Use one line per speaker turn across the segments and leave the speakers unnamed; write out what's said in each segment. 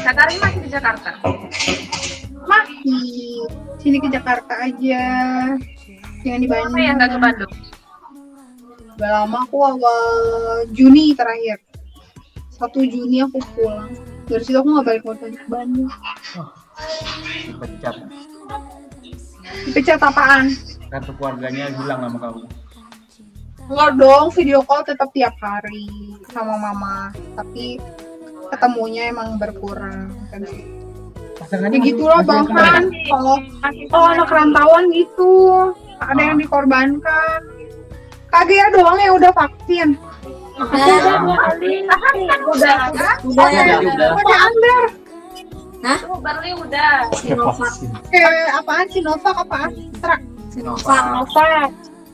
Karin masih di Jakarta?
Masih. Sini ke Jakarta aja. Jangan di Bandung.
Kenapa ya nggak ke Bandung?
Udah lama, aku awal Juni terakhir. 1 Juni aku pulang. Dari situ aku nggak balik lagi ke Bandung.
Dipecat.
Dipecat apaan?
Kartu keluarganya hilang sama kamu.
Enggak dong, video call tetap tiap hari sama mama. Tapi ketemunya emang berkurang kan sih. Ya gitu loh Bang Han. Kalau anak rantauan gitu, ada yang dikorbankan. Kagak doang yang udah vaksin. Udah Amber.
Hah? Barley udah.
Sinovac. Apaan Sinovac apa Astra?
Sinovac.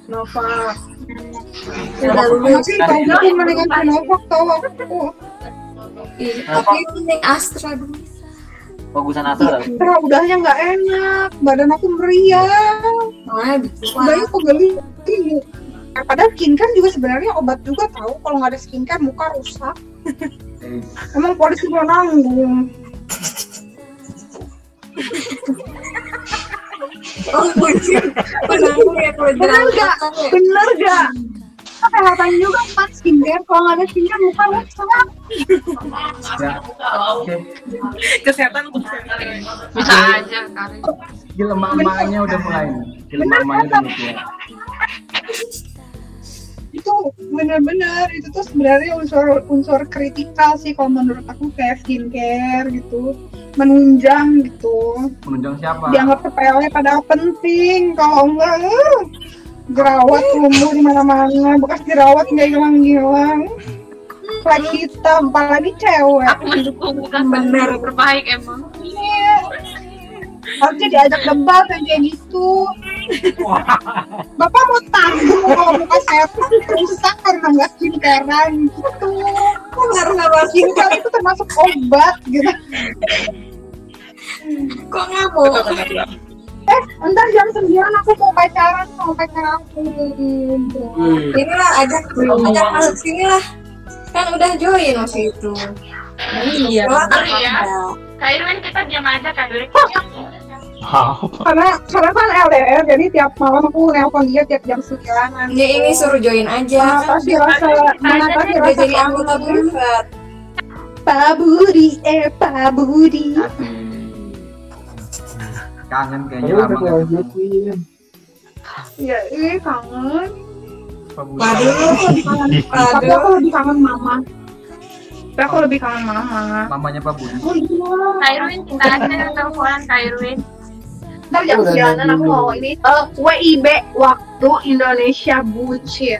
Udah lulus. Tapi kalau mendingan Sinovac tau aku.
Tapi mending Astra dulu.
Bagusan Astra.
Astra udahnya nggak enak. Badan aku meriang. Udahnya kok geli. Padahal skincare juga sebenarnya obat juga tahu. Kalau nggak ada skincare muka rusak. Emang polisi mau nanggung. Bener gak? Kesehatan juga kan skincare. Kalau nggak ada skincare muka rusak.
Kesehatan untuk bisa aja Karin.
Gila mamanya udah mulai. Gila mamanya udah mulai.
Itu benar-benar itu tuh sebenarnya unsur kritikal sih kalau menurut aku kayak skincare gitu, menunjang gitu.
Menunjang siapa?
Dianggap sepele padahal penting. Kalau enggak jerawat tumbuh di mana-mana, bekas jerawat nggak hilang-hilang. Lagi hitam, apalagi cewek.
Aku mendukung, bukan benar terbaik emang.
Iya. Harusnya diajak debat kayak gitu. Bapak mau tanggung kalau muka saya rusak karena nggak skincarean gitu. Nggak skincare itu termasuk obat gitu.
Kok nggak mau?
Entar jam 9 aku mau pacaran sama pacar aku.
Inilah ajak masuk sini lah. Kan udah join waktu itu. Iya. Kak Irwin kita diam aja Kak Irwin.
Karena kan LDR, jadi tiap malam aku nelpon dia tiap jam 9.
Ya ini suruh join aja.
Mana pasti rasa
jadi anggota privat.
Pak Budi.
Kangen kayaknya lama nggak ketemu.
Ya, kangen.
Tapi
aku lebih kangen mama.
Mamanya Pak Budi.
Kak Irwin kita aja teleponan Kak Irwin.
Ntar jam 9 aku mau ini WIB waktu Indonesia bucin.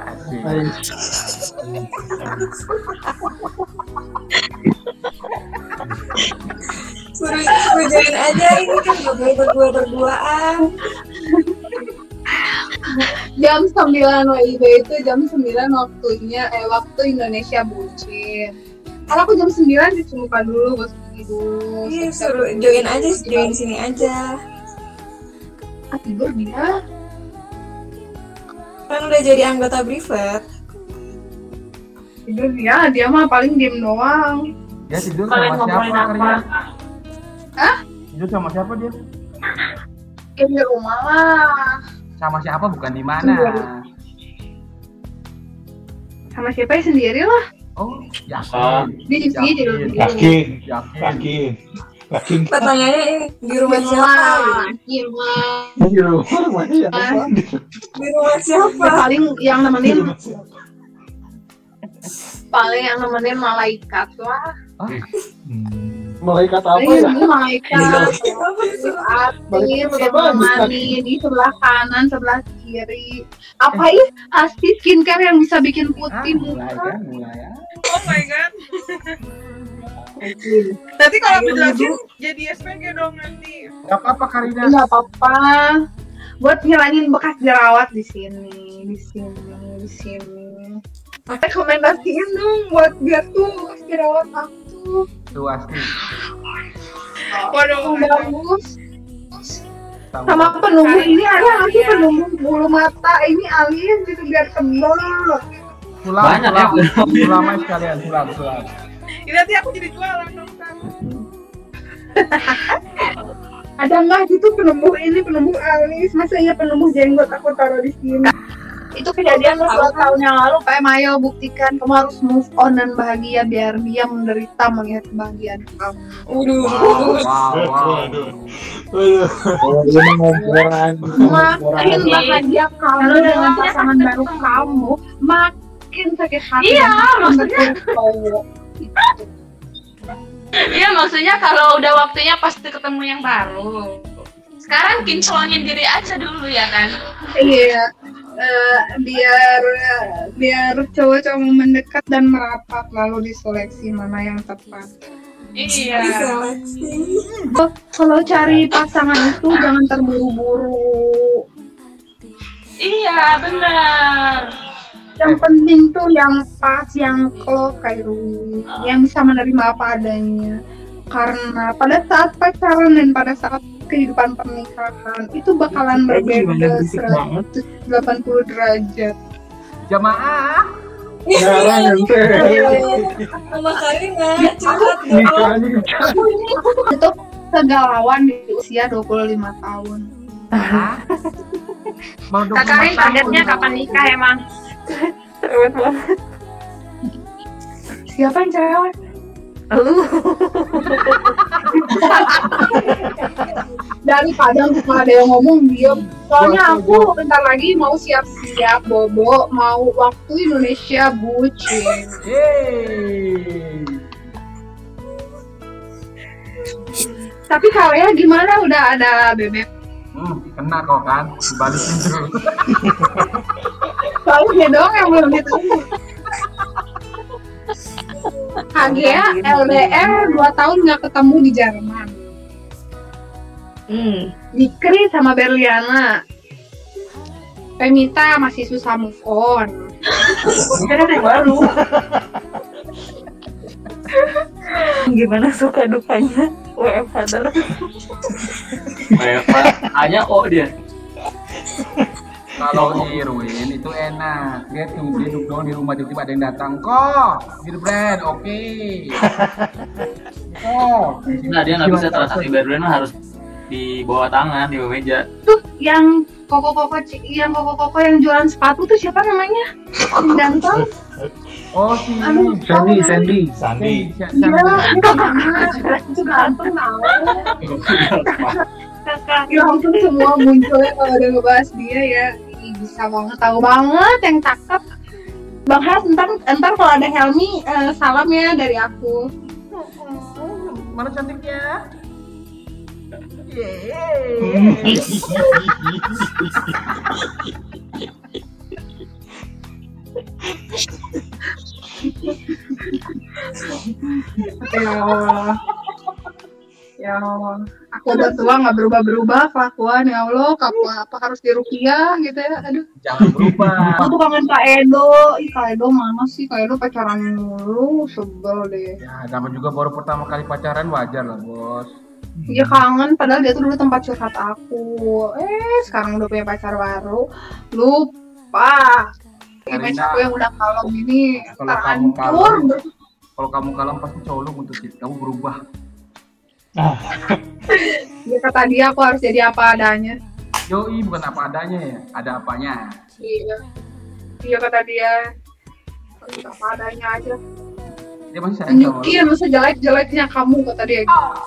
Suruh join aja, ini kan berduaan.
Jam 9 WIB itu jam 9 waktu Indonesia bucin. Kalau aku jam 9 cuci muka dulu, gosok gigi dulu.
Iya, suruh join aja, join sini aja.
Tidur dia.
Kan udah jadi anggota privat.
Tidur dia mah paling diem doang.
Dia tidur sama siapa Karina?
Hah?
Tidur sama siapa dia?
Di rumah lah.
Sama siapa bukan di mana?
Sama siapa ya sendiri lah.
Oh, yakin.
Dia
Yakin.
Pertanyaannya ini di rumah siapa?
Di rumah.
Di rumah siapa?
Paling yang nemenin malaikat lah.
Malaikat apa ya?
Malaikat. Menemani di sebelah kanan, sebelah kiri. Apa ya? Pasti skincare yang bisa bikin putih muka.
Mulai.
Oh my god.
Tapi kalau aku jelasin
jadi SPG dong nanti.
Gak apa-apa Karina.
nggak apa-apa. Buat ngilangin bekas jerawat di sini. Rekomendasiin dong buat biar tuh bekas jerawat aku
Tuh asli.
waduh bagus. Sama penumbuh ini ada lagi penumbuh bulu mata ini alien gitu biar tebal.
Banyak ya. Sulam sekalian, sulam.
Ini nanti aku jadi jualan dong kan.
Ada nggak gitu penumbuh alis? Masa iya penumbuh jenggot aku taruh di sini? Itu kejadian 2 tahun yang lalu. Pak Mayo, buktikan kamu harus move on dan bahagia biar dia menderita melihat kebahagiaan kamu. Makin bahagia kamu dengan pasangan baru kamu, makin sakit hati.
Iya, maksudnya kalau udah waktunya pasti ketemu yang baru. Sekarang kinclongin diri aja dulu ya kan?
Iya. Biar cowok-cowok mendekat dan merapat lalu diseleksi mana yang tepat.
Iya.
Kalau cari pasangan itu jangan terburu-buru.
Iya benar.
Yang penting tuh yang pas, yang klop kayak yang bisa menerima apa adanya. Karena pada saat pacaran dan pada saat kehidupan pernikahan itu bakalan berbeda 180 derajat.
Jamaah.
Jangan ente.
Sama kali nggak curhat
Itu kegalauan di usia 25 tahun.
Kak Karin targetnya kapan nikah emang?
Cerewet banget. Siapa yang cerewet? Lu. Daripada nggak ada yang ngomong diem. Soalnya aku bentar lagi mau siap-siap bobo, mau waktu Indonesia bucin. Tapi kalian gimana? Udah ada bebek?
Kena kok kan, dibalikin terus.
Soalnya dia doang yang belum ditanya. Agea LDR 2 tahun nggak ketemu di Jerman. Dikri sama Berliana. Femita masih susah move on. Kan ada yang baru.
Gimana suka dukanya WFH terus?
WFH hanya dia.
Kalau Irwin itu enak, dia duduk doang di rumah tiba-tiba ada yang datang kok, gitu brand, oke.
Nah dia nggak bisa transaksi Berlian harus di bawah tangan, di bawah meja.
Tuh yang koko yang jualan sepatu tuh siapa namanya? Ganteng.
Oh si
Sandy.
Iya, itu ganteng tau. Ya langsung semua munculnya kalau udah ngebahas dia ya. Bisa banget, tahu banget yang cakep. Bang Has, ntar kalau ada Helmi, salam ya dari aku.
Mana cantiknya?
Ya Allah, aku udah tua nggak berubah kelakuan, ya Allah, apa harus dirukiah gitu ya, aduh.
Jangan berubah.
Aku tuh kangen Kak Edo, Kak Edo mana sih, Kak Edo pacaran mulu, sebel deh.
Ya, nama juga baru pertama kali pacaran wajar lah bos.
Iya kangen, padahal dia tuh dulu tempat curhat aku. Sekarang udah punya pacar baru, lupa. Image aku yang udah kalem ini terhancur.
Kalau kamu kalem pasti cowok lu mutusin, kamu berubah.
Dia kata dia aku harus jadi apa adanya.
Yoi, bukan apa adanya ya, ada apanya.
Iya kata dia harus apa adanya aja.
Dia masih sayang sama lu.
Iya, masa jelek-jeleknya kamu kata dia.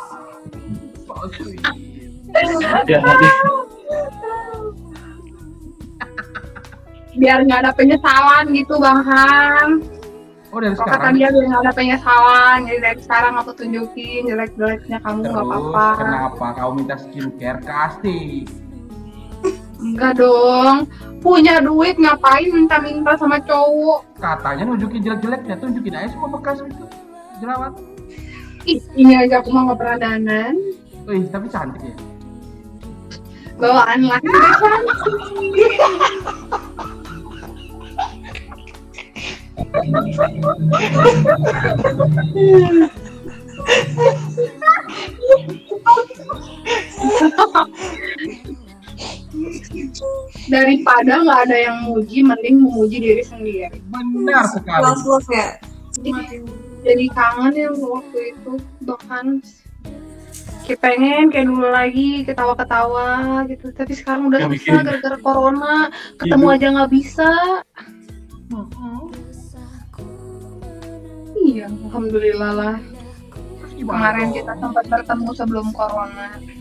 Biar nggak ada penyesalan gitu Bang Han.
Oh dari
Kata
sekarang?
dia biar nggak ada penyesalan, jadi dari sekarang aku tunjukin jelek-jeleknya kamu nggak apa-apa.
Kenapa kau minta skincare kasih?
Enggak dong, punya duit ngapain minta-minta sama cowok?
Katanya nunjukin jelek-jeleknya, tunjukin aja semua bekas itu jerawat.
Ini aja aku mau nggak pernah dandan.
Wih, tapi cantik ya.
Bawaan laki cantik. Daripada nggak ada yang muji, mending memuji diri sendiri.
Benar sekali.
Love ya.
Jadi kangen ya waktu itu, bahkan masih pengen kayak dulu lagi ketawa-ketawa gitu, tapi sekarang udah susah gara-gara corona, ketemu aja nggak bisa. Iya, alhamdulillah lah. Kemarin kita sempat bertemu sebelum corona.